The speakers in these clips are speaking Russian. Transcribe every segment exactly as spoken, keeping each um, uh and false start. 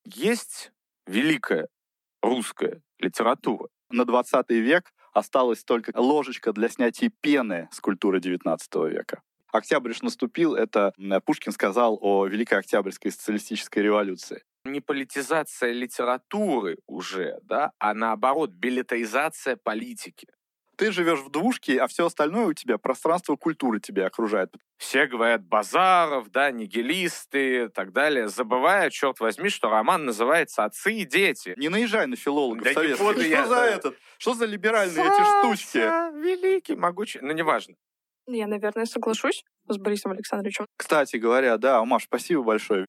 Есть великая русская литература. На двадцатый век осталась только ложечка для снятия пены с культуры девятнадцатого века. Октябрь ж наступил, это Пушкин сказал о Великой Октябрьской социалистической революции. Не политизация литературы уже, да, а наоборот, билетаризация политики. Ты живешь в двушке, а все остальное у тебя, пространство культуры тебя окружает. Все говорят Базаров, да, нигилисты и так далее, забывая, черт возьми, что роман называется «Отцы и дети». Не наезжай на филологов Да советских. не буду Что я, за да. этот? Что за либеральные Са- эти штучки? са- великий, могучий, ну неважно. Я, наверное, соглашусь с Борисом Александровичем. Кстати говоря, да, Маш, спасибо большое.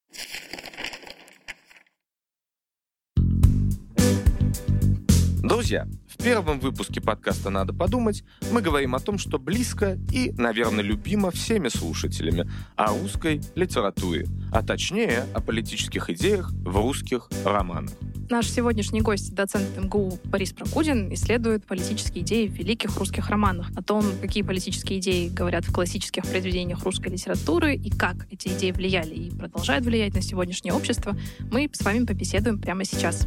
Друзья, в первом выпуске подкаста «Надо подумать» мы говорим о том, что близко и, наверное, любимо всеми слушателями о русской литературе, а точнее о политических идеях в русских романах. Наш сегодняшний гость, доцент эм гэ у Борис Прокудин, исследует политические идеи в великих русских романах. О том, какие политические идеи говорят в классических произведениях русской литературы и как эти идеи влияли и продолжают влиять на сегодняшнее общество, мы с вами побеседуем прямо сейчас.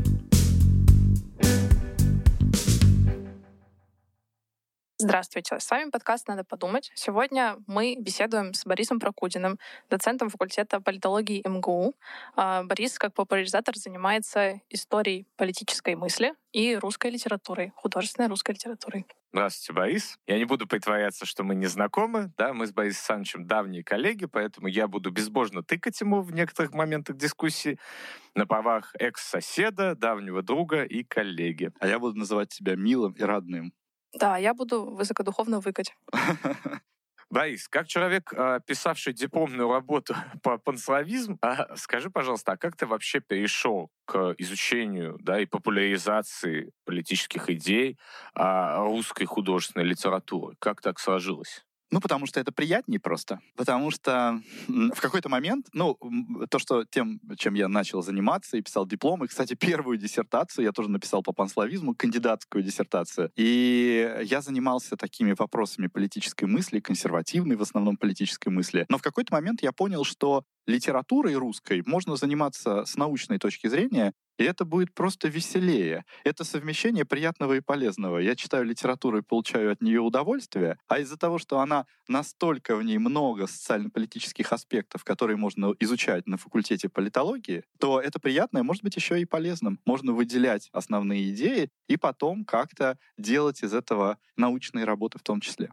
Здравствуйте, с вами подкаст «Надо подумать». Сегодня мы беседуем с Борисом Прокудиным, доцентом факультета политологии эм гэ у. Борис, как популяризатор, занимается историей политической мысли и русской литературой, художественной русской литературой. Здравствуйте, Борис. Я не буду притворяться, что мы не знакомы. Да, мы с Борисом Александровичем давние коллеги, поэтому я буду безбожно тыкать ему в некоторых моментах дискуссии на правах экс-соседа, давнего друга и коллеги. А я буду называть тебя милым и родным. Да, я буду высокодуховно выкать. Борис, как человек, писавший дипломную работу по панславизму, скажи, пожалуйста, а как ты вообще перешел к изучению, да, и популяризации политических идей русской художественной литературы? Как так сложилось? Ну, потому что это приятнее просто. Потому что в какой-то момент, ну, то, что тем, чем я начал заниматься и писал диплом, и, кстати, первую диссертацию я тоже написал по панславизму, кандидатскую диссертацию. И я занимался такими вопросами политической мысли, консервативной в основном политической мысли. Но в какой-то момент я понял, что литературой русской можно заниматься с научной точки зрения, и это будет просто веселее. Это совмещение приятного и полезного. Я читаю литературу и получаю от нее удовольствие, а из-за того, что она настолько в ней много социально-политических аспектов, которые можно изучать на факультете политологии, то это приятное может быть еще и полезным. Можно выделять основные идеи и потом как-то делать из этого научные работы в том числе.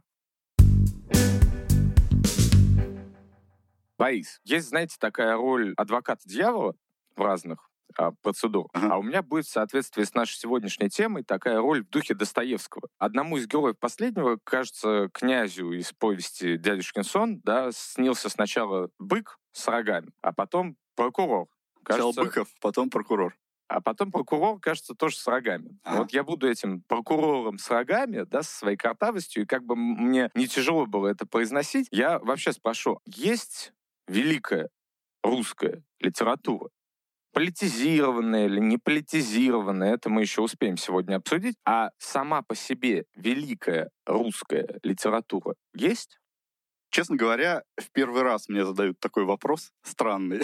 Борис, есть, знаете, такая роль адвоката дьявола в разных а, процедурах, Ага. а у меня будет в соответствии с нашей сегодняшней темой такая роль в духе Достоевского. Одному из героев последнего, кажется, князю из повести «Дядюшкин сон», да, снился сначала бык с рогами, а потом прокурор. Сначала Кажется, Быков, потом прокурор. а потом прокурор, кажется, тоже с рогами. Ага. Вот я буду этим прокурором с рогами, да, со своей картавостью, и как бы мне не тяжело было это произносить, я вообще спрошу, есть великая русская литература? Политизированная или не политизированная, это мы еще успеем сегодня обсудить. А сама по себе великая русская литература есть? Честно говоря, в первый раз мне задают такой вопрос странный.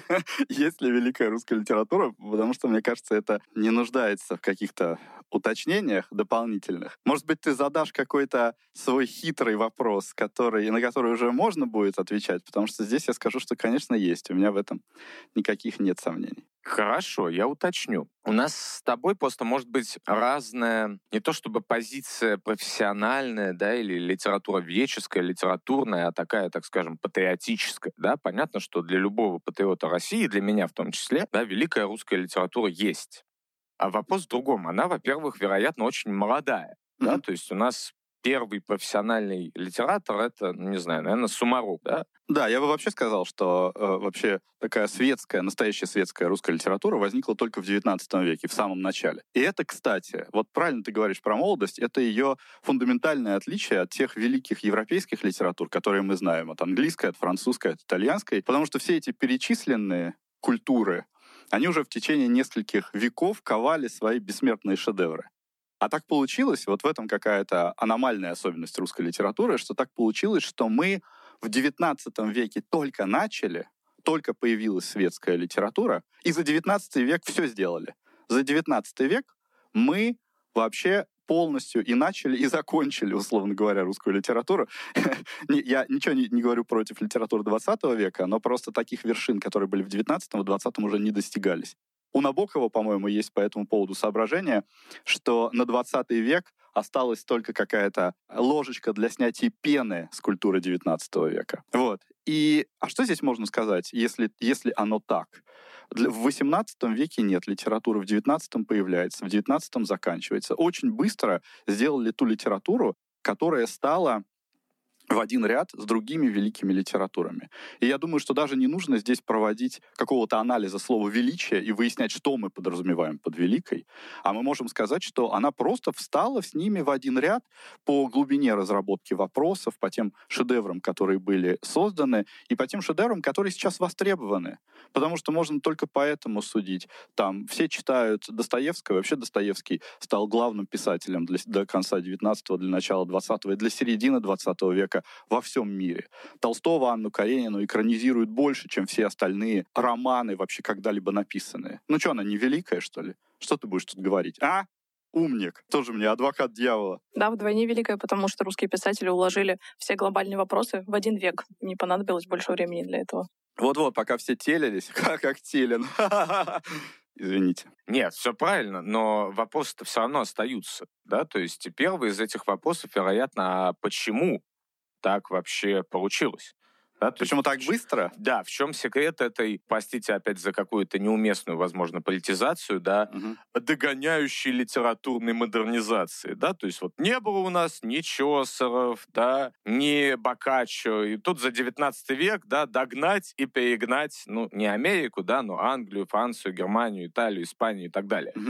Есть ли великая русская литература? Потому что, мне кажется, это не нуждается в каких-то уточнениях дополнительных. Может быть, ты задашь какой-то свой хитрый вопрос, который, на который уже можно будет отвечать, потому что здесь я скажу, что, конечно, есть. У меня в этом никаких нет сомнений. Хорошо, я уточню. У нас с тобой просто может быть разная, не то чтобы позиция профессиональная, да, или литературоведческая, литературная, а такая, так скажем, патриотическая, да. Понятно, что для любого патриота России, для меня в том числе, да, великая русская литература есть. А вопрос в другом. Она, во-первых, вероятно, очень молодая, mm-hmm. да, то есть у нас первый профессиональный литератор — это, ну, не знаю, наверное, Сумарок, да? Да, я бы вообще сказал, что э, вообще такая светская, настоящая светская русская литература возникла только в девятнадцатом веке, в самом начале. И это, кстати, вот правильно ты говоришь про молодость, это ее фундаментальное отличие от тех великих европейских литератур, которые мы знаем, от английской, от французской, от итальянской, потому что все эти перечисленные культуры, они уже в течение нескольких веков ковали свои бессмертные шедевры. А так получилось, вот в этом какая-то аномальная особенность русской литературы, что так получилось, что мы в девятнадцатом веке только начали, только появилась светская литература, и за девятнадцатый век все сделали. За девятнадцатый век мы вообще полностью и начали, и закончили, условно говоря, русскую литературу. Я ничего не, не говорю против литературы двадцатого века, но просто таких вершин, которые были в девятнадцатом, в двадцатом уже не достигались. У Набокова, по-моему, есть по этому поводу соображение, что на двадцатый век осталась только какая-то ложечка для снятия пены с культуры девятнадцатого века. Вот. И, а что здесь можно сказать, если, если оно так? В восемнадцатом веке нет литературы, в девятнадцатом появляется, в девятнадцатом заканчивается. Очень быстро сделали ту литературу, которая стала в один ряд с другими великими литературами. И я думаю, что даже не нужно здесь проводить какого-то анализа слова «величие» и выяснять, что мы подразумеваем под «великой», а мы можем сказать, что она просто встала с ними в один ряд по глубине разработки вопросов, по тем шедеврам, которые были созданы, и по тем шедеврам, которые сейчас востребованы. Потому что можно только поэтому судить. Там все читают Достоевского, вообще Достоевский стал главным писателем для, до конца девятнадцатого, для начала двадцатого и для середины двадцатого века во всем мире. Толстого, Анну Каренину экранизируют больше, чем все остальные романы вообще когда-либо написанные. Ну что, она не великая, что ли? Что ты будешь тут говорить? А? Умник. Тоже мне адвокат дьявола. Да, вдвойне великая, потому что русские писатели уложили все глобальные вопросы в один век. Не понадобилось больше времени для этого. Вот-вот, пока все телились, как, как телен. Извините. Нет, все правильно, но вопросы-то все равно остаются. Да? То есть первый из этих вопросов, вероятно, а почему так вообще получилось? Да, Почему есть, так быстро? Да, в чем секрет этой, простите опять за какую-то неуместную, возможно, политизацию, да, угу. догоняющей литературной модернизации, да, то есть вот не было у нас ни Чосеров, да, ни Боккаччо, и тут за девятнадцатый век, да, догнать и перегнать, ну, не Америку, да, но Англию, Францию, Германию, Италию, Испанию и так далее. Угу.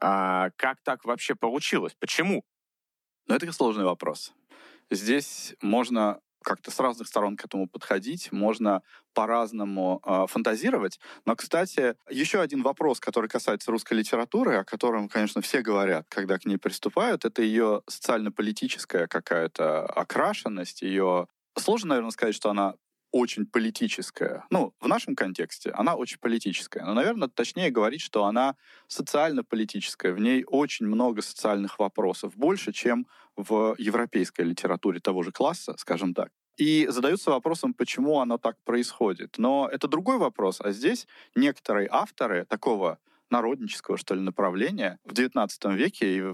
А как так вообще получилось? Почему? Ну, это сложный вопрос. Здесь можно как-то с разных сторон к этому подходить, можно по-разному э, фантазировать. Но, кстати, еще один вопрос, который касается русской литературы, о котором, конечно, все говорят, когда к ней приступают, это ее социально-политическая какая-то окрашенность, ее... Сложно, наверное, сказать, что она очень политическая. Ну, в нашем контексте она очень политическая. Но, наверное, точнее говорить, что она социально-политическая. В ней очень много социальных вопросов. Больше, чем в европейской литературе того же класса, скажем так. И задаются вопросом, почему оно так происходит. Но это другой вопрос. А здесь некоторые авторы такого народнического, что ли, направления в девятнадцатом веке и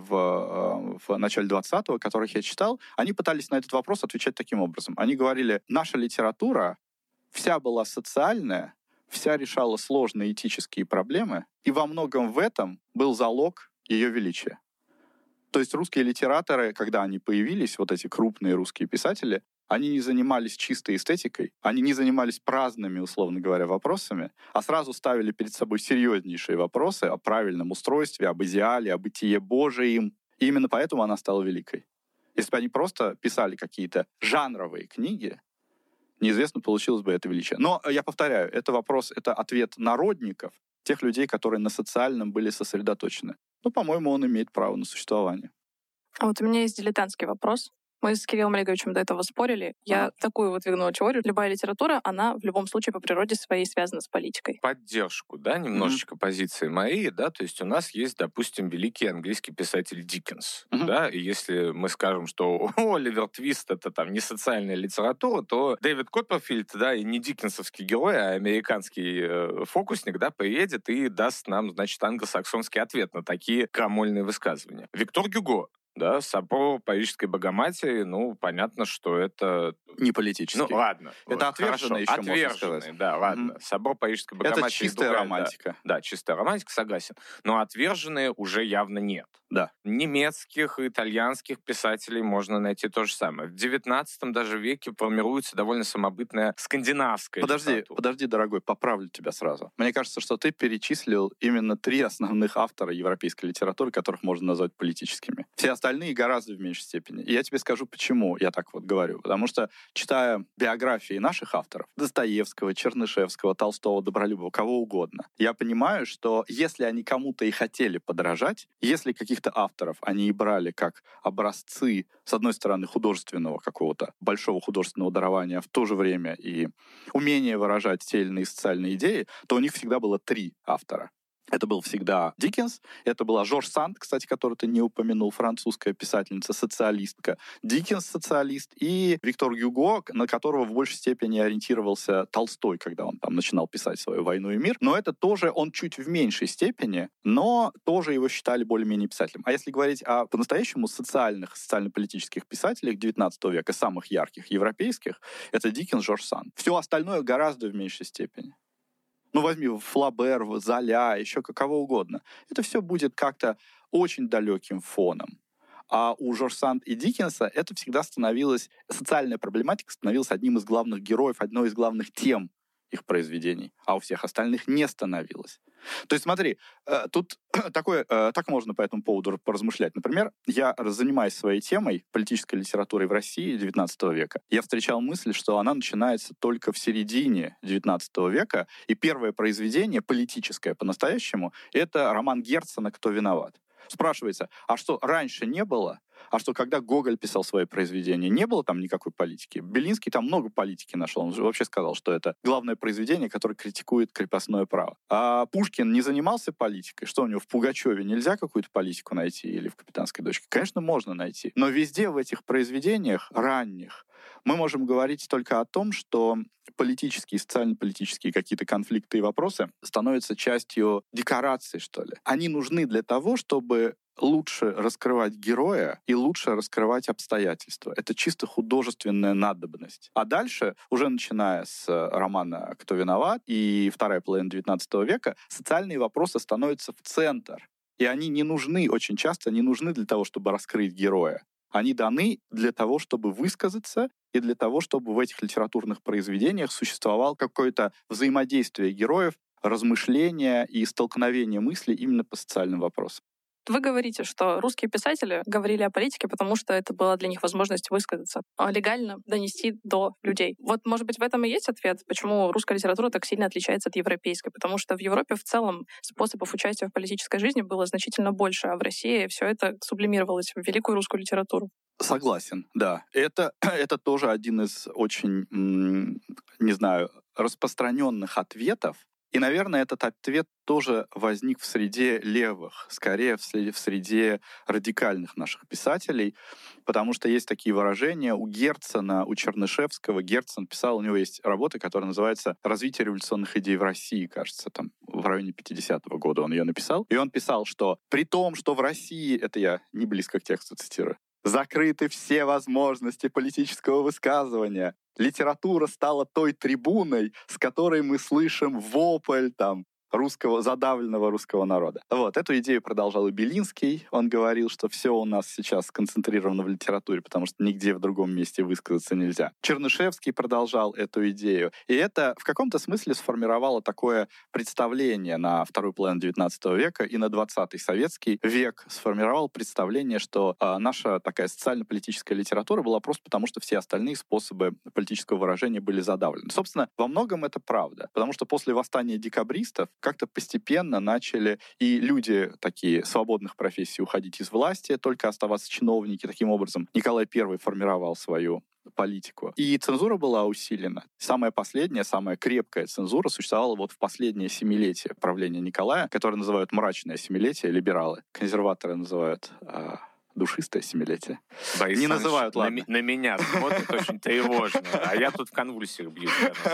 в, в начале двадцатого, которых я читал, они пытались на этот вопрос отвечать таким образом. Они говорили, наша литература вся была социальная, вся решала сложные этические проблемы, и во многом в этом был залог ее величия. То есть русские литераторы, когда они появились, вот эти крупные русские писатели, они не занимались чистой эстетикой, они не занимались праздными, условно говоря, вопросами, а сразу ставили перед собой серьезнейшие вопросы о правильном устройстве, об идеале, о бытие Божием. И именно поэтому она стала великой. Если бы они просто писали какие-то жанровые книги, неизвестно, получилось бы это величие. Но, я повторяю, это вопрос, это ответ народников, тех людей, которые на социальном были сосредоточены. Ну, по-моему, он имеет право на существование. А вот у меня есть дилетантский вопрос. Мы с Кириллом Олеговичем до этого спорили. Я ага. такую вот выдвинула теорию. Любая литература, она в любом случае по природе своей связана с политикой. Поддержку, да, немножечко mm-hmm. позиции моей, да, то есть у нас есть, допустим, великий английский писатель Диккенс, mm-hmm. да, и если мы скажем, что Оливер Твист — это там не социальная литература, то Дэвид Копперфильд, да, и не диккенсовский герой, а американский э, фокусник, да, приедет и даст нам, значит, англосаксонский ответ на такие крамольные высказывания. Виктор Гюго, да, собор Парижской Богоматери, ну, понятно, что это... Не политический. Ну, ладно. Это отверженный еще, отверженный, можно сказать. Да, ладно. Mm-hmm. Собор Парижской Богоматери... Это чистая другая, романтика. Да, да, чистая романтика, согласен. Но отверженные уже явно нет. Да. Немецких и итальянских писателей можно найти то же самое. В девятнадцатом даже веке формируется довольно самобытная скандинавская Подожди, литература. подожди, дорогой, поправлю тебя сразу. Мне кажется, что ты перечислил именно три основных автора европейской литературы, которых можно назвать политическими. Все остальные гораздо в меньшей степени. И я тебе скажу, почему я так вот говорю. Потому что, читая биографии наших авторов, Достоевского, Чернышевского, Толстого, Добролюбова, кого угодно, я понимаю, что если они кому-то и хотели подражать, если каких-то каких-то авторов они и брали как образцы, с одной стороны, художественного какого-то, большого художественного дарования, а в то же время и умение выражать те или иные социальные идеи, то у них всегда было три автора. Это был всегда Диккенс, это была Жорж Санд, кстати, которую ты не упомянул, французская писательница, социалистка. Диккенс — социалист, и Виктор Гюго, на которого в большей степени ориентировался Толстой, когда он там начинал писать свою «Войну и мир». Но это тоже он чуть в меньшей степени, но тоже его считали более-менее писателем. А если говорить о по-настоящему социальных, социально-политических писателях девятнадцатого века, самых ярких европейских, это Диккенс, Жорж Санд. Все остальное гораздо в меньшей степени. Ну, возьми Флабер, Золя, еще кого угодно. Это все будет как-то очень далеким фоном. А у Жорж Санд и Диккенса это всегда становилось, социальная проблематика становилась одним из главных героев, одной из главных тем их произведений, а у всех остальных не становилось. То есть смотри, тут такое, так можно по этому поводу поразмышлять. Например, я, занимаясь своей темой, политической литературой в России девятнадцатого века, я встречал мысль, что она начинается только в середине девятнадцатого века, и первое произведение, политическое по-настоящему, это роман Герцена «Кто виноват?». Спрашивается, а что, раньше не было? А что, когда Гоголь писал свои произведения, не было там никакой политики? Белинский там много политики нашел. Он же вообще сказал, что это главное произведение, которое критикует крепостное право. А Пушкин не занимался политикой? Что у него в Пугачеве нельзя какую-то политику найти? Или в «Капитанской дочке»? Конечно, можно найти. Но везде в этих произведениях ранних мы можем говорить только о том, что политические, социально-политические какие-то конфликты и вопросы становятся частью декорации, что ли. Они нужны для того, чтобы лучше раскрывать героя и лучше раскрывать обстоятельства. Это чисто художественная надобность. А дальше, уже начиная с романа «Кто виноват» и вторая половина девятнадцатого века, социальные вопросы становятся в центр. И они не нужны, очень часто не нужны для того, чтобы раскрыть героя. Они даны для того, чтобы высказаться и для того, чтобы в этих литературных произведениях существовало какое-то взаимодействие героев, размышления и столкновение мыслей именно по социальным вопросам. Вы говорите, что русские писатели говорили о политике, потому что это была для них возможность высказаться, легально донести до людей. Вот, может быть, в этом и есть ответ, почему русская литература так сильно отличается от европейской. Потому что в Европе в целом способов участия в политической жизни было значительно больше, а в России все это сублимировалось в великую русскую литературу. Согласен, да. Это, это тоже один из очень, не знаю, распространенных ответов. И, наверное, этот ответ тоже возник в среде левых, скорее в среде, в среде радикальных наших писателей, потому что есть такие выражения у Герцена, у Чернышевского. Герцен писал, у него есть работа, которая называется «Развитие революционных идей в России», кажется, там в районе пятидесятого года он ее написал. И он писал, что при том, что в России, это я не близко к тексту цитирую, закрыты все возможности политического высказывания, литература стала той трибуной, с которой мы слышим вопль там русского, задавленного русского народа. Вот, эту идею продолжал и Белинский. Он говорил, что все у нас сейчас сконцентрировано в литературе, потому что нигде в другом месте высказаться нельзя. Чернышевский продолжал эту идею. И это в каком-то смысле сформировало такое представление на вторую половину девятнадцатого века и на двадцатый советский век сформировал представление, что э, наша такая социально-политическая литература была просто потому, что все остальные способы политического выражения были задавлены. Собственно, во многом это правда, потому что после восстания декабристов как-то постепенно начали и люди такие свободных профессий уходить из власти, только оставаться чиновники. Таким образом, Николай Первый формировал свою политику. И цензура была усилена. Самая последняя, самая крепкая цензура существовала вот в последнее семилетие правления Николая, которое называют мрачное семилетие, либералы. Консерваторы называют... А... душистое семилетие. Борис не Саныч называют, ладно. На, на меня смотрит очень тревожно, а я тут в конвульсиях бьюсь.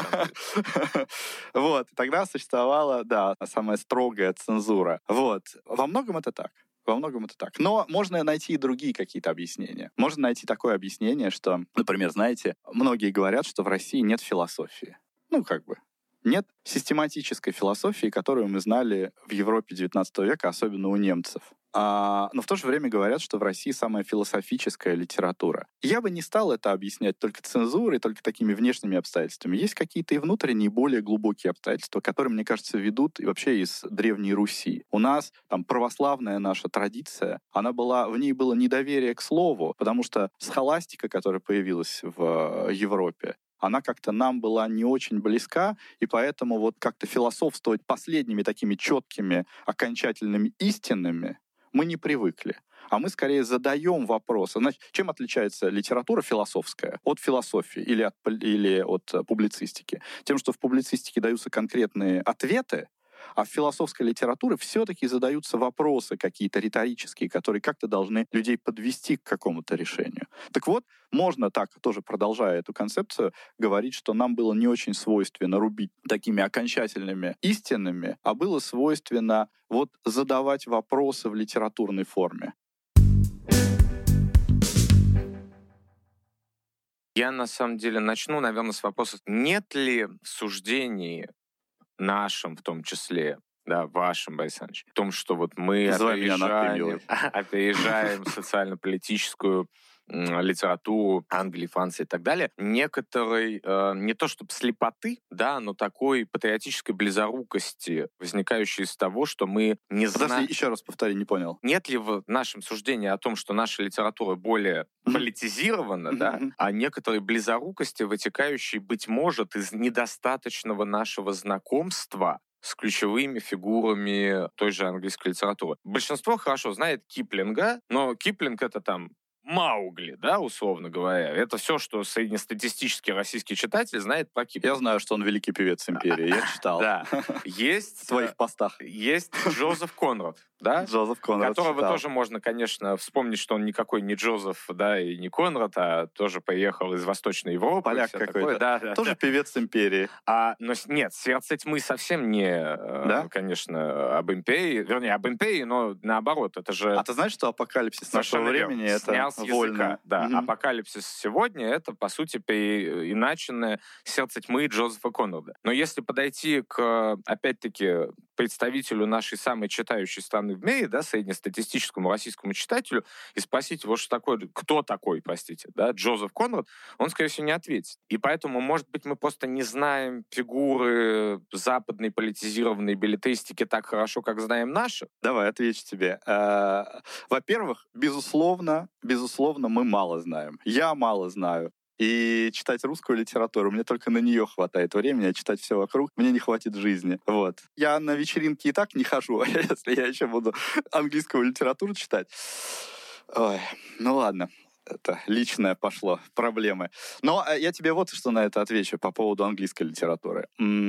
Вот, тогда существовала, да, самая строгая цензура. Вот, во многом это так. Во многом это так. Но можно найти и другие какие-то объяснения. Можно найти такое объяснение, что, например, знаете, многие говорят, что в России нет философии. Ну, как бы. Нет систематической философии, которую мы знали в Европе девятнадцатого века, особенно у немцев. А, но в то же время говорят, что в России самая философическая литература. Я бы не стал это объяснять только цензурой, только такими внешними обстоятельствами. Есть какие-то и внутренние, более глубокие обстоятельства, которые, мне кажется, ведут и вообще из Древней Руси. У нас там православная наша традиция, она была, в ней было недоверие к слову, потому что схоластика, которая появилась в Европе, она как-то нам была не очень близка, и поэтому вот как-то философствовать последними такими четкими, окончательными истинами мы не привыкли. А мы скорее задаем вопросы. Значит, чем отличается литература философская от философии или от, или от публицистики? Тем, что в публицистике даются конкретные ответы, а в философской литературе все-таки задаются вопросы какие-то риторические, которые как-то должны людей подвести к какому-то решению. Так вот, можно так, тоже продолжая эту концепцию, говорить, что нам было не очень свойственно рубить такими окончательными истинами, а было свойственно вот задавать вопросы в литературной форме. Я, на самом деле, начну, наверное, с вопроса, нет ли в суждении нашим, в том числе, да, вашим, Борис Александрович, в том, что вот мы опережаем, опережаем социально-политическую литературу Англии, Франции и так далее, некоторой, э, не то чтобы слепоты, да, но такой патриотической близорукости, возникающей из того, что мы не знаем... Подожди, еще раз повтори, не понял. Нет ли в нашем суждении о том, что наша литература более mm-hmm. политизирована, mm-hmm. да, а некоторой близорукости, вытекающей, быть может, из недостаточного нашего знакомства с ключевыми фигурами той же английской литературы. Большинство хорошо знает Киплинга, но Киплинг — это там Маугли, да, условно говоря. Это все, что среднестатистический российский читатель знает про Киплинга. Я знаю, что он великий певец империи, я читал. Да. Есть... В твоих постах. Есть Джозеф Конрад, да? Джозеф Конрад Которого тоже можно, конечно, вспомнить, что он никакой не Джозеф, да, и не Конрад, а тоже приехал из Восточной Европы. Поляк какой-то. Да, да, тоже да. Певец империи. А, но нет, «Сердце тьмы» совсем не, да? конечно, об империи. Вернее, об империи, но наоборот, это же... А ты знаешь, что «Апокалипсис нашего времени» — это вольно? Да, угу. «Апокалипсис» сегодня — это, по сути, переиначенное «Сердце тьмы» Джозефа Конрада. Но если подойти к, опять-таки, представителю нашей самой читающей страны в мире, да, среднестатистическому российскому читателю, и спросить его, что такое, кто такой, простите, да, Джозеф Конрад, он, скорее всего, не ответит. И поэтому, может быть, мы просто не знаем фигуры западной политизированной беллетристики так хорошо, как знаем наши? Давай, отвечу тебе. Во-первых, безусловно, безусловно, мы мало знаем. Я мало знаю. И читать русскую литературу, мне только на нее хватает времени, а читать все вокруг мне не хватит жизни. Вот. Я на вечеринки и так не хожу, а если я еще буду английскую литературу читать... Ой, ну ладно. Это личное пошло, проблемы. Но я тебе вот что на это отвечу по поводу английской литературы.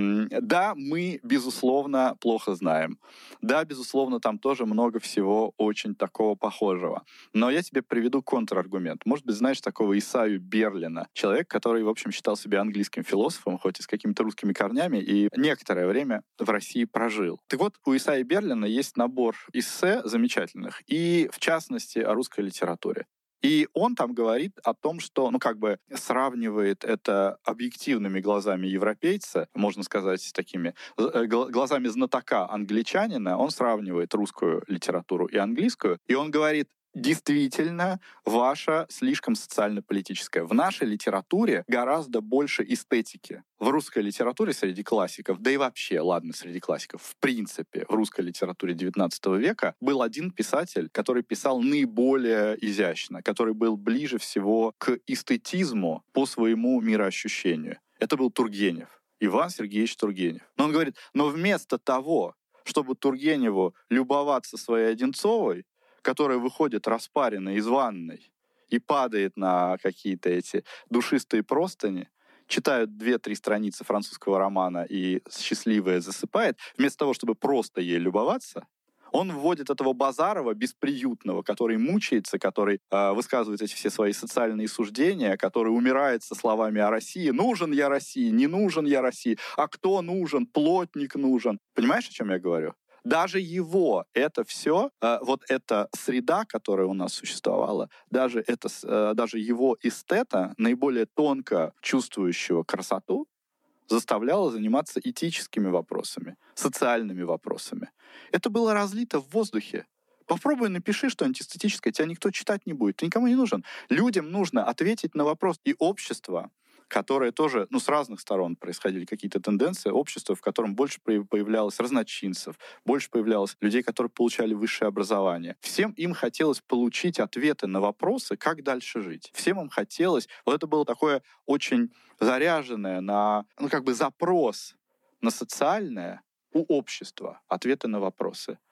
Да, мы, безусловно, плохо знаем. Да, безусловно, там тоже много всего очень такого похожего. Но я тебе приведу контраргумент. Может быть, знаешь такого Исаю Берлина, человек, который, в общем, считал себя английским философом, хоть и с какими-то русскими корнями, и некоторое время в России прожил. Так вот, у Исаи Берлина есть набор эссе замечательных, и, в частности, о русской литературе. И он там говорит о том, что, ну, как бы сравнивает это объективными глазами европейца, можно сказать, такими глазами знатока англичанина, он сравнивает русскую литературу и английскую, и он говорит: действительно, ваша слишком социально-политическая. В нашей литературе гораздо больше эстетики. В русской литературе среди классиков, да и вообще, ладно, среди классиков, в принципе, в русской литературе девятнадцатого века был один писатель, который писал наиболее изящно, который был ближе всего к эстетизму по своему мироощущению. Это был Тургенев, Иван Сергеевич Тургенев. Но он говорит, но вместо того, чтобы Тургеневу любоваться своей Одинцовой, которая выходит распаренной из ванной и падает на какие-то эти душистые простыни, читают две-три страницы французского романа и счастливая засыпает, вместо того, чтобы просто ей любоваться, он вводит этого Базарова бесприютного, который мучается, который э, высказывает эти все свои социальные суждения, который умирает со словами о России. Нужен я России, не нужен я России, а кто нужен, плотник нужен. Понимаешь, о чем я говорю? Даже его, это все, э, вот эта среда, которая у нас существовала, даже, это, э, даже его эстета, наиболее тонко чувствующего красоту, заставляла заниматься этическими вопросами, социальными вопросами. Это было разлито в воздухе. Попробуй напиши что-нибудь эстетическое, тебя никто читать не будет, ты никому не нужен. Людям нужно ответить на вопрос. И общество, которое тоже, ну, с разных сторон происходили какие-то тенденции, общество, в котором больше появлялось разночинцев, больше появлялось людей, которые получали высшее образование. Всем им хотелось получить ответы на вопросы, как дальше жить. Всем им хотелось... Вот это было такое очень заряженное на, ну, как бы запрос на социальное у общества, ответы на вопросы.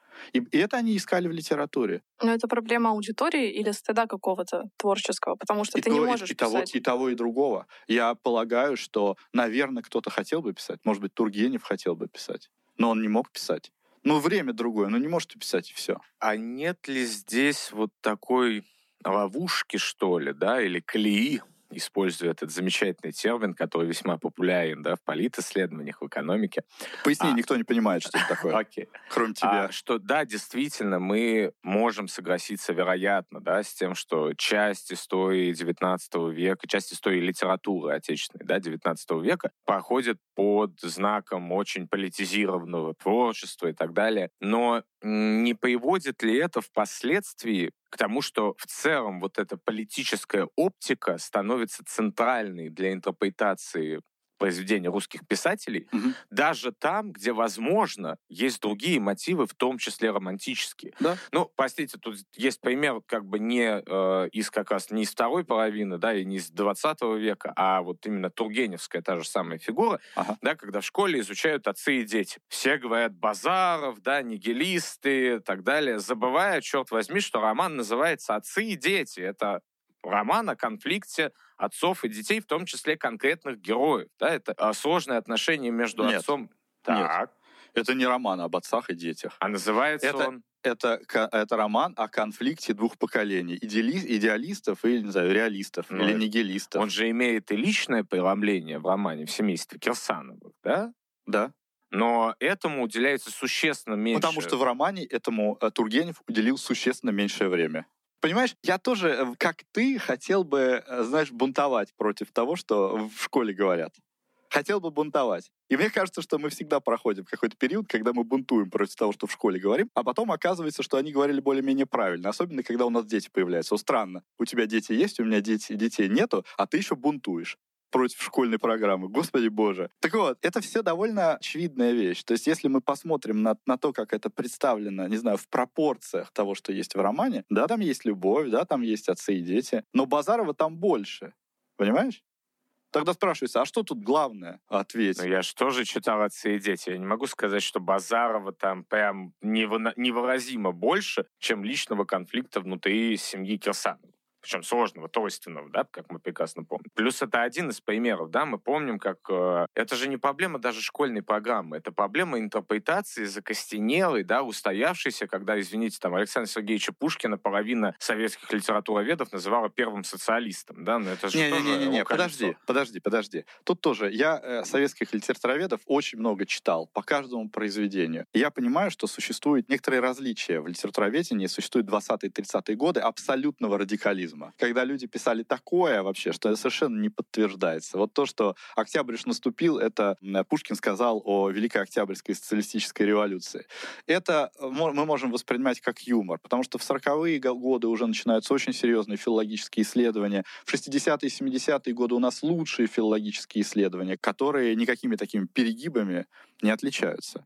И, и это они искали в литературе. Но это проблема аудитории или стыда какого-то творческого? Потому что и ты то, не можешь и, и того, писать. и того, и другого. Я полагаю, что, наверное, кто-то хотел бы писать. Может быть, Тургенев хотел бы писать. Но он не мог писать. Ну, время другое, но не можете писать, и все. А нет ли здесь вот такой ловушки, что ли, да, или колеи, используя этот замечательный термин, который весьма популярен, да, в политисследованиях, в экономике. Поясни, А, никто не понимает, что это такое, Окей. кроме тебя. А, что, да, действительно, мы можем согласиться, вероятно, да, с тем, что часть истории девятнадцатого века, часть истории литературы отечественной, да, девятнадцатого века проходит под знаком очень политизированного творчества и так далее. Но не приводит ли это впоследствии к тому, что в целом вот эта политическая оптика становится центральной для интерпретации произведения русских писателей, Мгм. даже там, где, возможно, есть другие мотивы, в том числе романтические. Да. Ну, простите, тут есть пример как бы не э, из как раз не из второй половины, да, и не из двадцатого века, а вот именно тургеневская та же самая фигура, Ага. да, когда в школе изучают отцы и дети. Все говорят Базаров, да, нигилисты и так далее, забывая, черт возьми, что роман называется «Отцы и дети». Это роман о конфликте отцов и детей, в том числе конкретных героев. Да? Это а, сложные отношения между Нет. отцом... Нет. Так. Это не роман об отцах и детях. А называется Это- он... Это, ка- это роман о конфликте двух поколений. Идеали- идеалистов и, не знаю, реалистов. Ну, или это- нигилистов. Он же имеет и личное преломление в романе «В семействе Кирсановых», да? Да. Но этому уделяется существенно меньше... Потому что в романе этому э, Тургенев уделил существенно меньшее время. Понимаешь, я тоже, э, как ты, хотел бы, э, знаешь, бунтовать против того, что в школе говорят. Хотел бы бунтовать. И мне кажется, что мы всегда проходим какой-то период, когда мы бунтуем против того, что в школе говорим, а потом оказывается, что они говорили более-менее правильно. Особенно, когда у нас дети появляются. Вот странно. У тебя дети есть, у меня дети, детей нету, а ты еще бунтуешь против школьной программы. Господи боже. Так вот, это все довольно очевидная вещь. То есть, если мы посмотрим на, на то, как это представлено, не знаю, в пропорциях того, что есть в романе, да, там есть любовь, да, там есть отцы и дети, но Базарова там больше. Понимаешь? Тогда спрашивается, а что тут главное? Ответь. Ну, я же тоже читал «Отцы и дети». Я не могу сказать, что Базарова там прям невына- невыразимо больше, чем личного конфликта внутри семьи Кирсановых. Причем сложного, тройственного, да, как мы прекрасно помним. Плюс это один из примеров, да, мы помним, как... Э, это же не проблема даже школьной программы, это проблема интерпретации закостенелой, да, устоявшейся, когда, извините, там, Александра Сергеевича Пушкина половина советских литературоведов называла первым социалистом, да, но это же тоже... Не-не-не, о, подожди, колесо. подожди, подожди. Тут тоже я э, советских литературоведов очень много читал по каждому произведению. И я понимаю, что существуют некоторые различия в литературоведении, существуют двадцатые-тридцатые годы абсолютного радикализма. Когда люди писали такое вообще, что совершенно не подтверждается. Вот то, что октябрь уж наступил, это м, Пушкин сказал о Великой Октябрьской социалистической революции. Это э, мо- мы можем воспринимать как юмор, потому что в сороковые го- годы уже начинаются очень серьезные филологические исследования. В шестидесятые и семидесятые годы у нас лучшие филологические исследования, которые никакими такими перегибами не отличаются.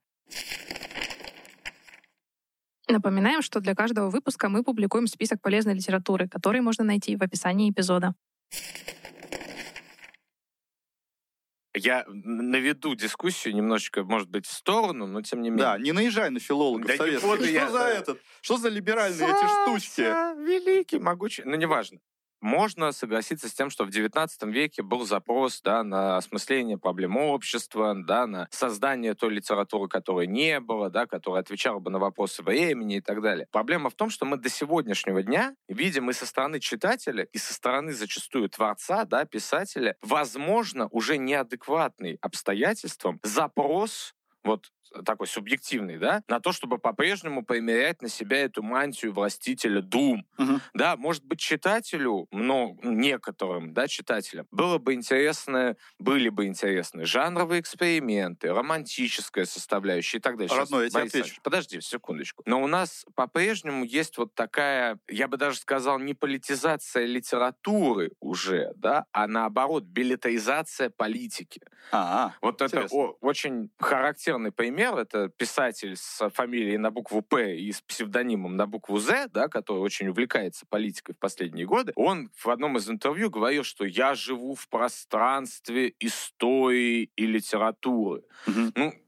Напоминаем, что для каждого выпуска мы публикуем список полезной литературы, который можно найти в описании эпизода. Я наведу дискуссию немножечко, может быть, в сторону, но тем не менее. Да, не наезжай на филологов Да не советских. буду Что я, за да. этот? Что за либеральные эти штучки? Саса, великий, могучий. Ну, неважно. Можно согласиться с тем, что в девятнадцатом веке был запрос, да, на осмысление проблем общества, да, на создание той литературы, которой не было, да, которая отвечала бы на вопросы времени и так далее. Проблема в том, что мы до сегодняшнего дня видим и со стороны читателя, и со стороны зачастую творца, да, писателя, возможно, уже неадекватный обстоятельствам запрос, вот такой субъективный, да, на то, чтобы по-прежнему примерять на себя эту мантию властителя дум. Мгм. Да, может быть, читателю, но некоторым, да, читателям, было бы интересно, были бы интересны жанровые эксперименты, романтическая составляющая и так далее. Сейчас, Родной, я тебе Борис отвечу. Александрович, подожди секундочку. Но у нас по-прежнему есть вот такая, я бы даже сказал, не политизация литературы уже, да, а наоборот, билетаризация политики. А, Вот это интересно. о- очень характерный пример. Это писатель с фамилией на букву «П» и с псевдонимом на букву «З», да, который очень увлекается политикой в последние годы. Он в одном из интервью говорил, что «я живу в пространстве истории и литературы». Мгм. Ну,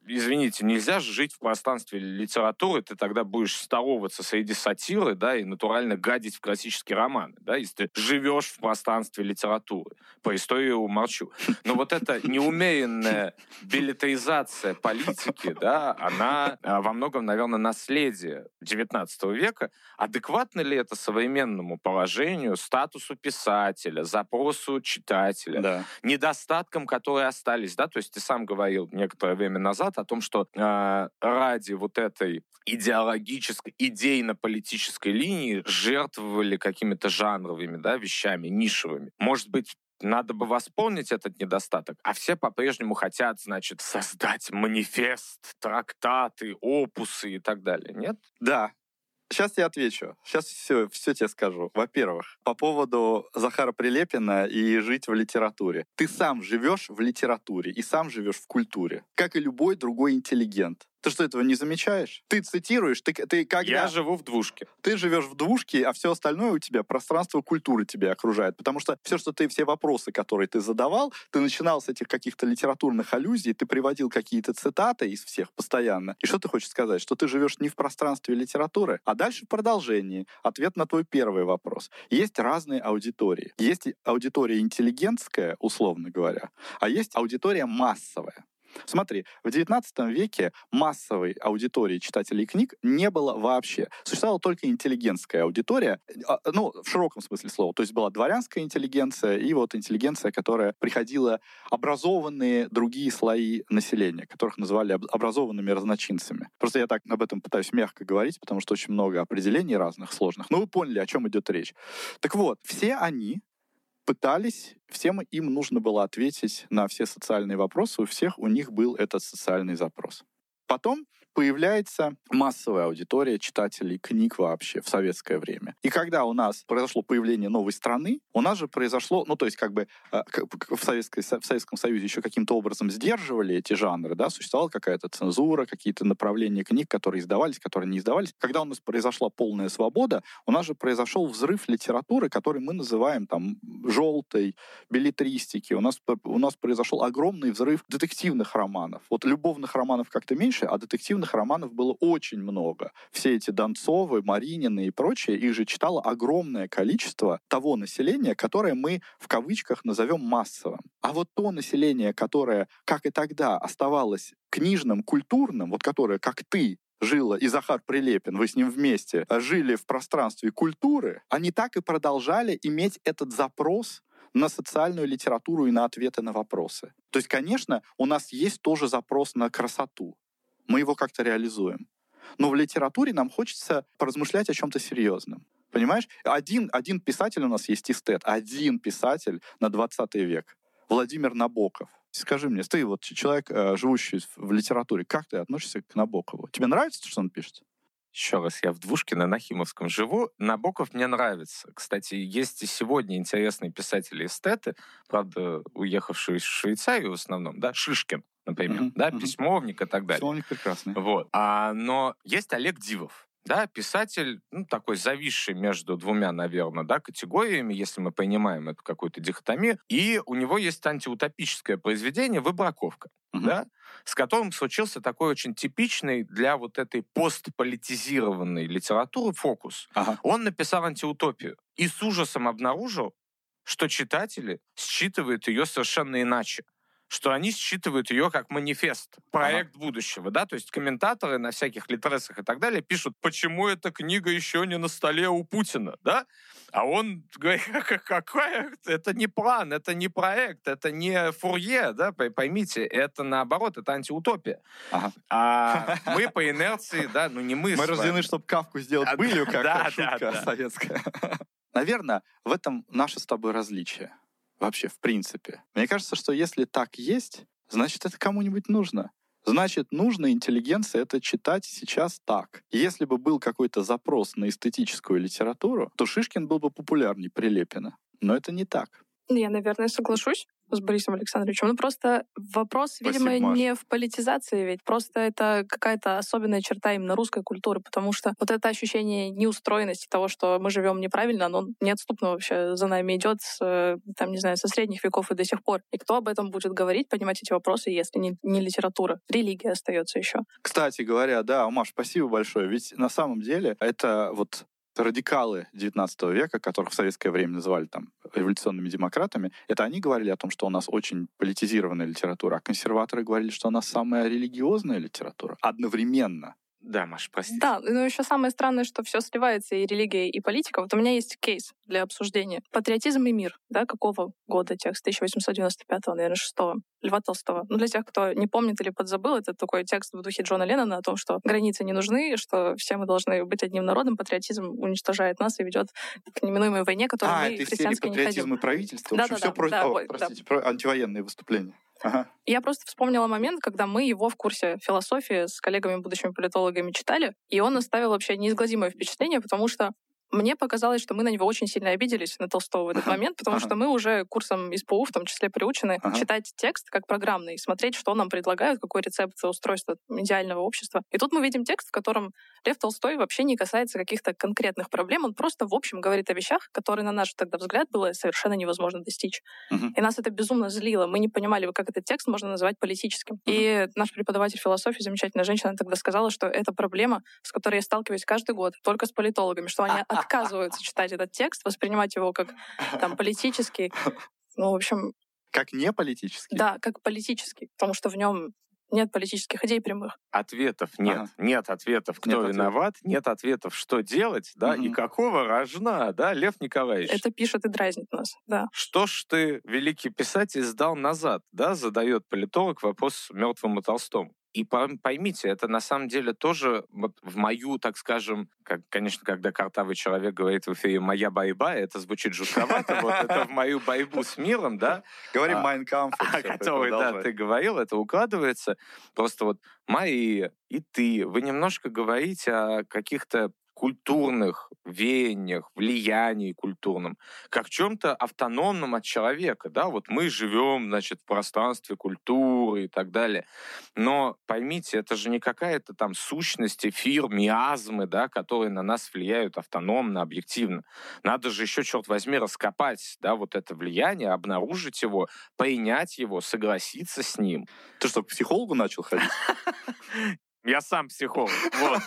извините, нельзя же жить в пространстве литературы, ты тогда будешь здороваться среди сатиры, да, и натурально гадить в классические романы, да, если ты живешь в пространстве литературы. По истории умолчу. Но вот эта неумеренная билетаризация политики, да, она во многом, наверное, наследие девятнадцатого века. Адекватно ли это современному положению, статусу писателя, запросу читателя, Да. недостаткам, которые остались, да, то есть ты сам говорил некоторое время назад о том, что э, ради вот этой идеологической, идейно-политической линии жертвовали какими-то жанровыми, да, вещами, нишевыми. Может быть, надо бы восполнить этот недостаток, а все по-прежнему хотят, значит, создать манифест, трактаты, опусы и так далее, нет? Да. Сейчас я отвечу. Сейчас все, все тебе скажу. Во-первых, по поводу Захара Прилепина и жить в литературе. Ты сам живешь в литературе и сам живешь в культуре, как и любой другой интеллигент. Ты что, этого не замечаешь? Ты цитируешь, ты, ты когда... Я живу в двушке. Ты живешь в двушке, а все остальное у тебя, пространство культуры тебя окружает. Потому что все, что ты, все вопросы, которые ты задавал, ты начинал с этих каких-то литературных аллюзий, ты приводил какие-то цитаты из всех постоянно. И что ты хочешь сказать? Что ты живешь не в пространстве литературы? А дальше в продолжении. Ответ на твой первый вопрос. Есть разные аудитории. Есть аудитория интеллигентская, условно говоря, а есть аудитория массовая. Смотри, в девятнадцатом веке массовой аудитории читателей книг не было вообще. Существовала только интеллигентская аудитория, ну, в широком смысле слова. То есть была дворянская интеллигенция и вот интеллигенция, которая приходила, образованные другие слои населения, которых называли образованными разночинцами. Просто я так об этом пытаюсь мягко говорить, потому что очень много определений разных, сложных. Но вы поняли, о чем идет речь. Так вот, все они пытались, всем им нужно было ответить на все социальные вопросы, у всех у них был этот социальный запрос. Потом появляется массовая аудитория читателей книг вообще в советское время. И когда у нас произошло появление новой страны, у нас же произошло, ну, то есть как бы в, Советской, в Советском Союзе еще каким-то образом сдерживали эти жанры, да, существовала какая-то цензура, какие-то направления книг, которые издавались, которые не издавались. Когда у нас произошла полная свобода, у нас же произошел взрыв литературы, который мы называем там желтой, беллетристики. У нас, у нас произошел огромный взрыв детективных романов. Вот любовных романов как-то меньше, а детективных романов было очень много. Все эти Донцовы, Маринины и прочее, их же читало огромное количество того населения, которое мы в кавычках назовем массовым. А вот то население, которое, как и тогда, оставалось книжным, культурным, вот которое, как ты, жило, и Захар Прилепин, вы с ним вместе жили в пространстве культуры, они так и продолжали иметь этот запрос на социальную литературу и на ответы на вопросы. То есть, конечно, у нас есть тоже запрос на красоту. Мы его как-то реализуем. Но в литературе нам хочется поразмышлять о чем-то серьезном. Понимаешь? Один, один писатель у нас есть эстет. Один писатель на двадцатый век. Владимир Набоков. Скажи мне, ты вот человек, живущий в литературе, как ты относишься к Набокову? Тебе нравится, что он пишет? Еще раз, я в двушке на Нахимовском живу. Набоков мне нравится. Кстати, есть и сегодня интересные писатели-эстеты, правда, уехавшие в Швейцарию в основном, да, Шишкин, например, uh-huh, да, uh-huh. Письмовник и так далее. Письмовник прекрасный. Вот. А, но есть Олег Дивов. Да, писатель, ну, такой зависший между двумя, наверное, да, категориями, если мы понимаем эту какую-то дихотомию. И у него есть антиутопическое произведение «Выбраковка», uh-huh. да, с которым случился такой очень типичный для вот этой постполитизированной литературы фокус. Uh-huh. Он написал антиутопию и с ужасом обнаружил, что читатели считывают ее совершенно иначе. Что они считывают ее как манифест, проект ага. будущего, да, то есть комментаторы на всяких литресах и так далее пишут, почему эта книга еще не на столе у Путина, да, а он говорит, какая, это не план, это не проект, это не Фурье, да, поймите, это наоборот, это антиутопия. Ага. А мы по инерции, да, ну не мы. Мы рождены, чтобы Кафку сделать былью, как да, шутка да, да. советская. Наверное, в этом наше с тобой различие. Вообще, в принципе. Мне кажется, что если так есть, значит, это кому-нибудь нужно. Значит, нужно интеллигенции это читать сейчас так. Если бы был какой-то запрос на эстетическую литературу, то Шишкин был бы популярнее Прилепина. Но это не так. Я, наверное, соглашусь. с Борисом Александровичем. Ну, просто вопрос, видимо, Спасибо, Маш. не в политизации, ведь просто это какая-то особенная черта именно русской культуры, потому что вот это ощущение неустроенности того, что мы живем неправильно, оно неотступно вообще за нами идет, с, там, не знаю, со средних веков и до сих пор. И кто об этом будет говорить, поднимать эти вопросы, если не, не литература? Религия остается еще. Кстати говоря, да, Маш, спасибо большое. Ведь на самом деле это вот радикалы девятнадцатого века, которых в советское время называли там революционными демократами, это они говорили о том, что у нас очень политизированная литература, а консерваторы говорили, что у нас самая религиозная литература. Одновременно. Да, Маш, прости. Да, но еще самое странное, что все сливается, и религия, и политика. Вот у меня есть кейс для обсуждения. «Патриотизм и мир». Да, какого года текст? тысяча восемьсот девяносто пятого, наверное, шестого. Льва Толстого. Ну, для тех, кто не помнит или подзабыл, это такой текст в духе Джона Леннона о том, что границы не нужны, что все мы должны быть одним народом. Патриотизм уничтожает нас и ведет к неминуемой войне, которую а, мы это из серии христианской не «Патриотизм хотим. и правительство». В Да, общем, да, все да, про... да, О, ой, простите, про антивоенные выступления. Ага. Я просто вспомнила момент, когда мы его в курсе философии с коллегами, будущими политологами читали, и он оставил вообще неизгладимое впечатление, потому что мне показалось, что мы на него очень сильно обиделись, на Толстого в этот момент, потому что мы уже курсом из ПУ в том числе приучены Ага. читать текст как программный и смотреть, что нам предлагают, какой рецепт устройства идеального общества. И тут мы видим текст, в котором Лев Толстой вообще не касается каких-то конкретных проблем, он просто в общем говорит о вещах, которые, на наш тогда взгляд, было совершенно невозможно достичь. Мгм. И нас это безумно злило. Мы не понимали, как этот текст можно назвать политическим. И наш преподаватель философии, замечательная женщина, тогда сказала, что это проблема, с которой я сталкиваюсь каждый год, только с политологами, что они отказываются читать этот текст, воспринимать его как там политический. Ну, в общем, Как не политический? да, как политический, потому что в нем нет политических идей прямых. Ответов нет. Ага. Нет ответов, кто Нет виноват, нет ответов, что делать, да, Мгм. и какого рожна, да, Лев Николаевич. Это пишет и дразнит нас, да. Что ж ты, великий писатель, сдал назад, да, задает политолог вопрос мертвому Толстому. И пойм- поймите, это на самом деле тоже вот в мою, так скажем, как, конечно, когда картавый человек говорит в эфире «моя борьба», это звучит жутковато, вот это в мою борьбу с миром, да, Говорим А, «Mein Kampf». о которой, да, ты говорил, это укладывается. Просто вот Мария и ты, вы немножко говорите о каких-то культурных веяниях, влиянии культурном, как чем-то автономном от человека, да, вот мы живем, значит, в пространстве культуры и так далее, но поймите, это же не какая-то там сущность, эфир, миазмы, да, которые на нас влияют автономно, объективно. Надо же еще, черт возьми, раскопать, да, вот это влияние, обнаружить его, принять его, согласиться с ним. Ты что, к психологу начал ходить? Я сам психолог, вот.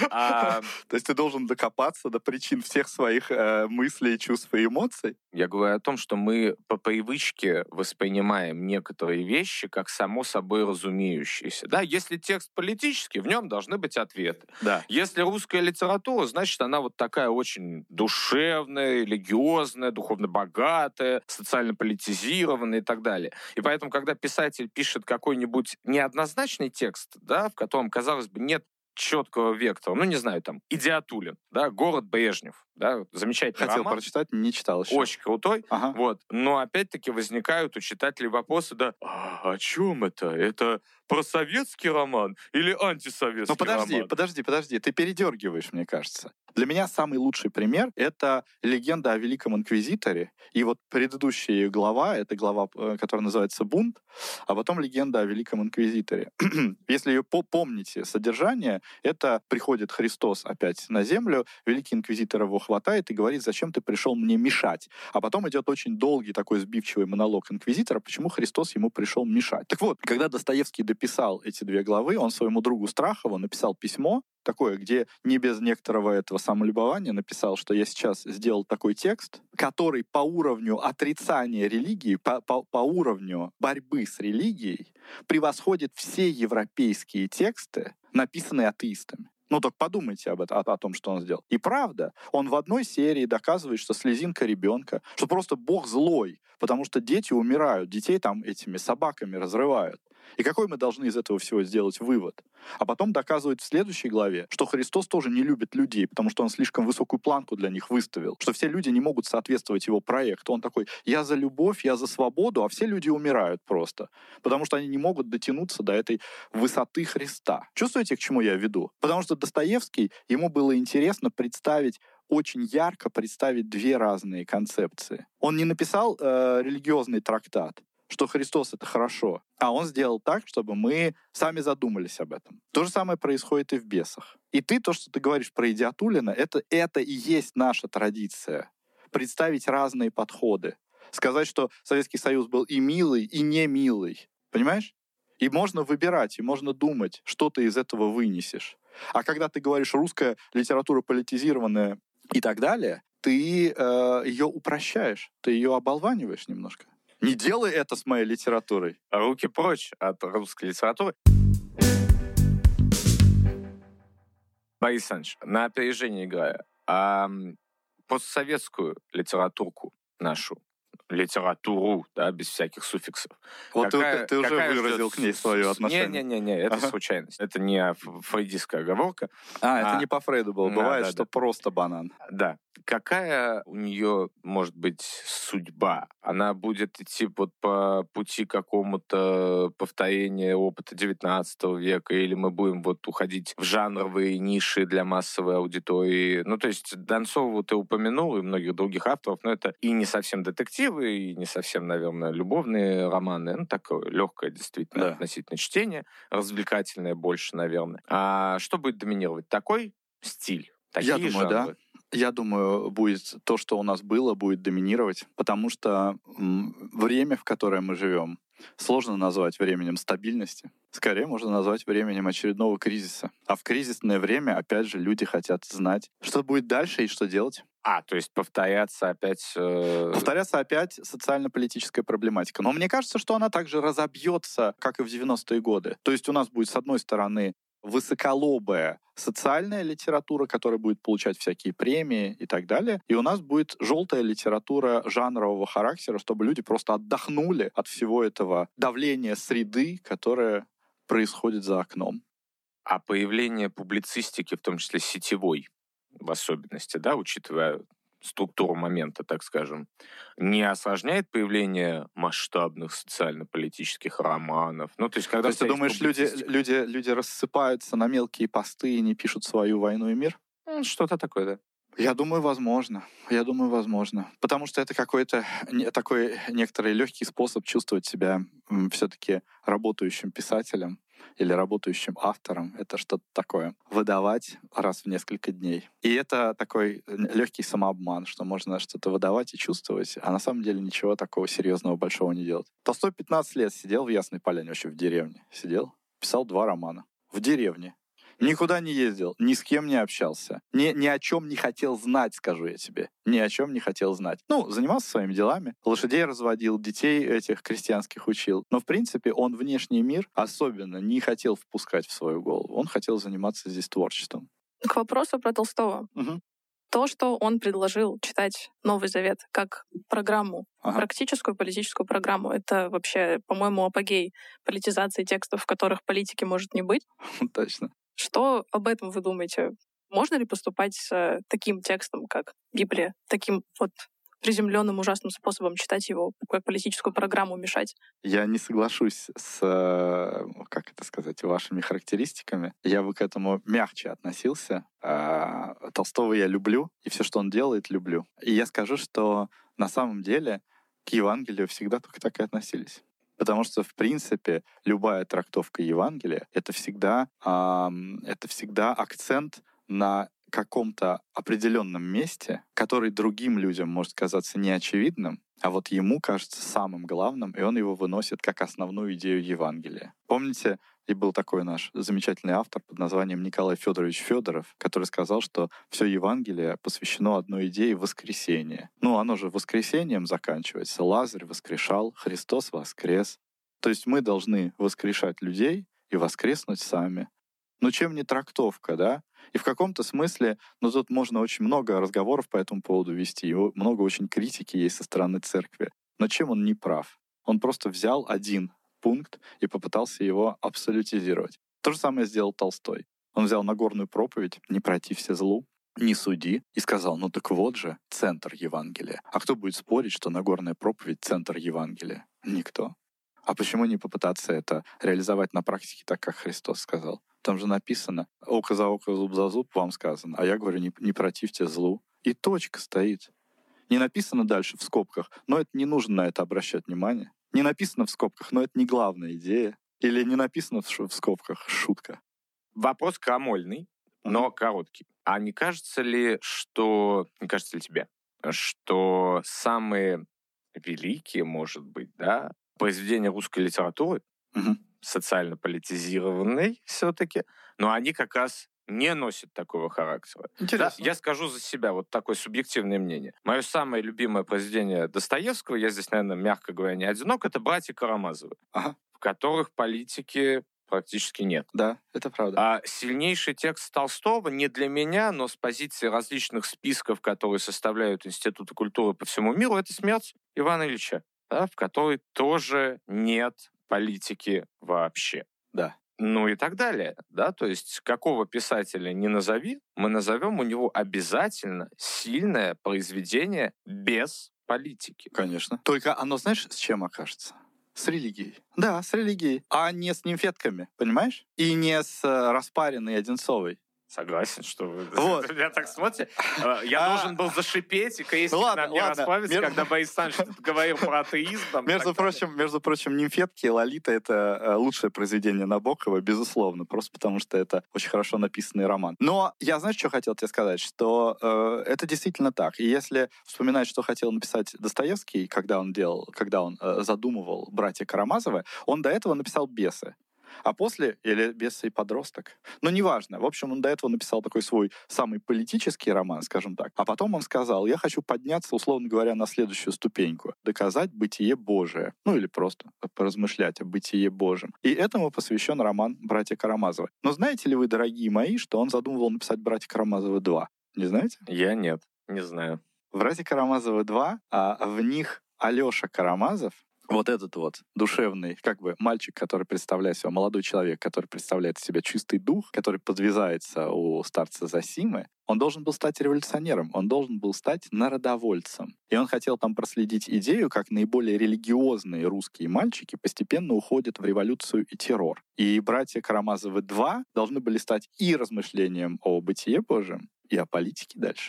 А, То есть ты должен докопаться до причин всех своих э, мыслей, чувств и эмоций? Я говорю о том, что мы по привычке воспринимаем некоторые вещи как само собой разумеющиеся. Да, если текст политический, в нем должны быть ответы. Да. Если русская литература, значит, она вот такая очень душевная, религиозная, духовно богатая, социально политизированная и так далее. И поэтому, когда писатель пишет какой-нибудь неоднозначный текст, да, в котором, казалось бы, нет четкого вектора, ну, не знаю, там, Идиатулин, да, «Город Брежнев», да, замечательный Хотел роман. прочитать, не читал еще. Очень крутой. Ага. Вот. Но опять-таки возникают у читателей вопросы, да, а о чем это? Это про советский роман или антисоветский Ну подожди, роман? подожди, подожди, ты передергиваешь, мне кажется. Для меня самый лучший пример — это «Легенда о Великом Инквизиторе». И вот предыдущая глава, это глава, э, которая называется «Бунт», а потом «Легенда о Великом Инквизиторе». Если ее помните, содержание, это приходит Христос опять на землю, Великий Инквизитор его хватает и говорит: «Зачем ты пришел мне мешать?» А потом идет очень долгий такой сбивчивый монолог инквизитора, почему Христос ему пришел мешать. Так вот, когда Достоевский дописал эти две главы, он своему другу Страхову написал письмо, такое, где не без некоторого этого самолюбования написал, что я сейчас сделал такой текст, который по уровню отрицания религии, по, по, по уровню борьбы с религией превосходит все европейские тексты, написанные атеистами. Ну, так подумайте об этом, о, о том, что он сделал. И правда, он в одной серии доказывает, что слезинка ребенка, что просто Бог злой, потому что дети умирают, детей там этими собаками разрывают. И какой мы должны из этого всего сделать вывод? А потом доказывает в следующей главе, что Христос тоже не любит людей, потому что он слишком высокую планку для них выставил, что все люди не могут соответствовать его проекту. Он такой: я за любовь, я за свободу, а все люди умирают просто, потому что они не могут дотянуться до этой высоты Христа. Чувствуете, к чему я веду? Потому что Достоевский, ему было интересно представить, очень ярко представить две разные концепции. Он не написал э, религиозный трактат, что Христос — это хорошо, а Он сделал так, чтобы мы сами задумались об этом. То же самое происходит и в «Бесах». И ты, то, что ты говоришь про Идиатуллина, это, это и есть наша традиция. Представить разные подходы. Сказать, что Советский Союз был и милый, и не милый. Понимаешь? И можно выбирать, и можно думать, что ты из этого вынесешь. А когда ты говоришь «русская литература политизированная» и так далее, ты э, ее упрощаешь, ты ее оболваниваешь немножко. Не делай это с моей литературой. Руки прочь от русской литературы. Борис Александрович, на опережение играя, а постсоветскую литературку нашу, литературу, да, без всяких суффиксов. Вот какая, ты, ты уже выразил ждет... к ней свое отношение. Не-не-не, это ага. случайность. Это не фрейдистская оговорка. А, а, это не по Фрейду было. Да, Бывает, да, что да. просто банан. Да. Какая у нее может быть судьба? Она будет идти вот по пути какому-то повторения опыта девятнадцатого века, или мы будем вот уходить в жанровые ниши для массовой аудитории? Ну, то есть Донцову ты упомянул, и многих других авторов, но это и не совсем детективы, и не совсем, наверное, любовные романы. Ну, такое легкое, действительно, да. относительно чтение, развлекательное больше, наверное. А что будет доминировать? Такой стиль? Такие Я думаю, жанры? Да. Я думаю, будет то, что у нас было, будет доминировать, потому что м, время, в которое мы живем, сложно назвать временем стабильности. Скорее можно назвать временем очередного кризиса. А в кризисное время, опять же, люди хотят знать, что будет дальше и что делать. А, то есть повторяться опять... Э... Повторяться опять социально-политическая проблематика. Но мне кажется, что она также разобьется, как и в девяностые годы. То есть у нас будет, с одной стороны, высоколобая социальная литература, которая будет получать всякие премии и так далее. И у нас будет желтая литература жанрового характера, чтобы люди просто отдохнули от всего этого давления среды, которое происходит за окном. А появление публицистики, в том числе сетевой, в особенности, да, учитывая структуру момента, так скажем, не осложняет появление масштабных социально-политических романов? Ну, то есть, когда... То есть ты думаешь, люди, люди, люди рассыпаются на мелкие посты и не пишут свою «Войну и мир»? Что-то такое, да. Я думаю, возможно. Я думаю, возможно. Потому что это какой-то такой некоторый легкий способ чувствовать себя все-таки работающим писателем или работающим автором. Это что-то такое. Выдавать раз в несколько дней. И это такой легкий самообман, что можно что-то выдавать и чувствовать, а на самом деле ничего такого серьезного, большого не делать. Толстой пятнадцать лет сидел в Ясной Поляне, вообще в деревне. Сидел, писал два романа. В деревне. Никуда не ездил, ни с кем не общался. Ни, ни о чем не хотел знать, скажу я тебе. Ни о чем не хотел знать. Ну, занимался своими делами. Лошадей разводил, детей этих крестьянских учил. Но, в принципе, он внешний мир особенно не хотел впускать в свою голову. Он хотел заниматься здесь творчеством. К вопросу про Толстого. Угу. То, что он предложил читать Новый Завет как программу, ага. практическую политическую программу, это вообще, по-моему, апогей политизации текстов, в которых политики может не быть. Точно. Что об этом вы думаете? Можно ли поступать с таким текстом, как Библия, таким вот приземленным ужасным способом читать его, как политическую программу мешать? Я не соглашусь с, как это сказать, вашими характеристиками. Я бы к этому мягче относился. Толстого я люблю, и все, что он делает, люблю. И я скажу, что на самом деле к Евангелию всегда только так и относились. Потому что, в принципе, любая трактовка Евангелия — это всегда, эм, это всегда акцент на каком-то определенном месте, который другим людям может казаться неочевидным, а вот ему кажется самым главным, и он его выносит как основную идею Евангелия. Помните, и был такой наш замечательный автор под названием Николай Федорович Федоров, который сказал, что все Евангелие посвящено одной идее — воскресения. Ну, оно же воскресением заканчивается. Лазарь воскрешал, Христос воскрес. То есть мы должны воскрешать людей и воскреснуть сами. Ну, чем не трактовка, да? И в каком-то смысле, ну, тут можно очень много разговоров по этому поводу вести, и много очень критики есть со стороны церкви. Но чем он не прав? Он просто взял один пункт и попытался его абсолютизировать. То же самое сделал Толстой. Он взял Нагорную проповедь «Не протився злу, не суди» и сказал, ну так вот же центр Евангелия. А кто будет спорить, что Нагорная проповедь — центр Евангелия? Никто. А почему не попытаться это реализовать на практике так, как Христос сказал? Там же написано «Око за око, зуб за зуб» вам сказано. А я говорю «Не, не противьте злу». И точка стоит. Не написано дальше в скобках, но это не нужно на это обращать внимание. Не написано в скобках, но это не главная идея. Или не написано в, ш- в скобках шутка. Вопрос крамольный, но короткий. А не кажется ли, что... Не кажется ли тебе, что самые великие, может быть, да, произведения русской литературы, Мгм. социально политизированной все-таки, но они как раз не носят такого характера. Да, Интересно. я скажу за себя вот такое субъективное мнение. Мое самое любимое произведение Достоевского, я здесь, наверное, мягко говоря, не одинок, это «Братья Карамазовы», Ага. в которых политики практически нет. Да, это правда. А сильнейший текст Толстого не для меня, но с позиции различных списков, которые составляют институты культуры по всему миру, это «Смерть Ивана Ильича», да, в которой тоже нет политики вообще. Да. Ну и так далее. Да? То есть какого писателя не назови, мы назовем у него обязательно сильное произведение без политики. Конечно. Только оно, знаешь, с чем окажется? С религией. Да, с религией. А не с нимфетками, понимаешь? И не с э, распаренной Одинцовой. Согласен, что вы Вот. меня так смотрите. Э, Я А. должен был зашипеть, и крестик Ну ладно, на мне ладно. расплавиться, Мер- когда Борис Александрович говорил про атеизм. там, и Между так далее. прочим, между прочим, «Нимфетки» и «Лолита» — это э, лучшее произведение Набокова, безусловно, просто потому что это очень хорошо написанный роман. Но я, знаешь, что хотел тебе сказать? Что э, это действительно так. И если вспоминать, что хотел написать Достоевский, когда он делал, когда он э, задумывал «Братья Карамазовы», он до этого написал «Бесы». А после, или «Бесы и подросток», ну, неважно. В общем, он до этого написал такой свой самый политический роман, скажем так. А потом он сказал, я хочу подняться, условно говоря, на следующую ступеньку. Доказать бытие Божие. Ну, или просто поразмышлять о бытие Божьем. И этому посвящен роман «Братья Карамазовы». Но знаете ли вы, дорогие мои, что он задумывал написать «Братья Карамазовы два»? Не знаете? Я нет, не знаю. «Братья Карамазовы два», а в них Алеша Карамазов, вот этот вот душевный, как бы, мальчик, который представляет себя, молодой человек, который представляет из себя чистый дух, который подвязается у старца Зосимы, он должен был стать революционером, он должен был стать народовольцем. И он хотел там проследить идею, как наиболее религиозные русские мальчики постепенно уходят в революцию и террор. И «Братья Карамазовы два» должны были стать и размышлением о бытие Божьем, и о политике дальше.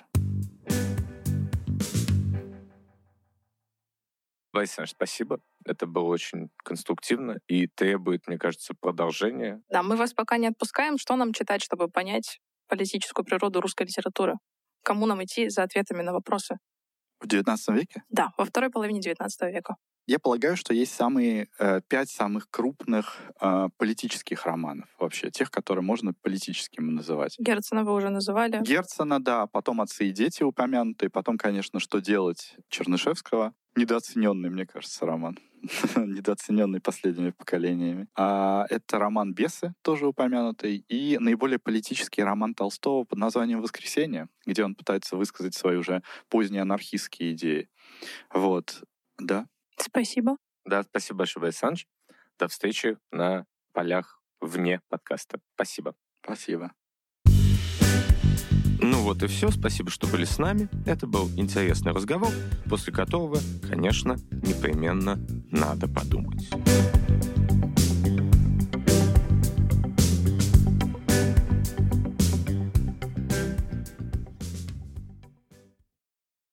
Борис Александрович, спасибо. Это было очень конструктивно и требует, мне кажется, продолжения. Да, мы вас пока не отпускаем. Что нам читать, чтобы понять политическую природу русской литературы? Кому нам идти за ответами на вопросы? В девятнадцатом веке? Да, во второй половине девятнадцатого века. Я полагаю, что есть самые э, пять самых крупных э, политических романов вообще, тех, которые можно политическими называть. Герцена вы уже называли. Герцена, да, потом «Отцы и дети» упомянутые, потом, конечно, «Что делать» Чернышевского. Недооцененный, мне кажется, роман. Недооцененный последними поколениями. А это роман «Бесы», тоже упомянутый, и наиболее политический роман Толстого под названием «Воскресенье», где он пытается высказать свои уже поздние анархистские идеи. Вот, да. Спасибо. Да, спасибо большое, Борис Александрович. До встречи на полях вне подкаста. Спасибо. Спасибо. Ну вот и все. Спасибо, что были с нами. Это был интересный разговор, после которого, конечно, непременно надо подумать.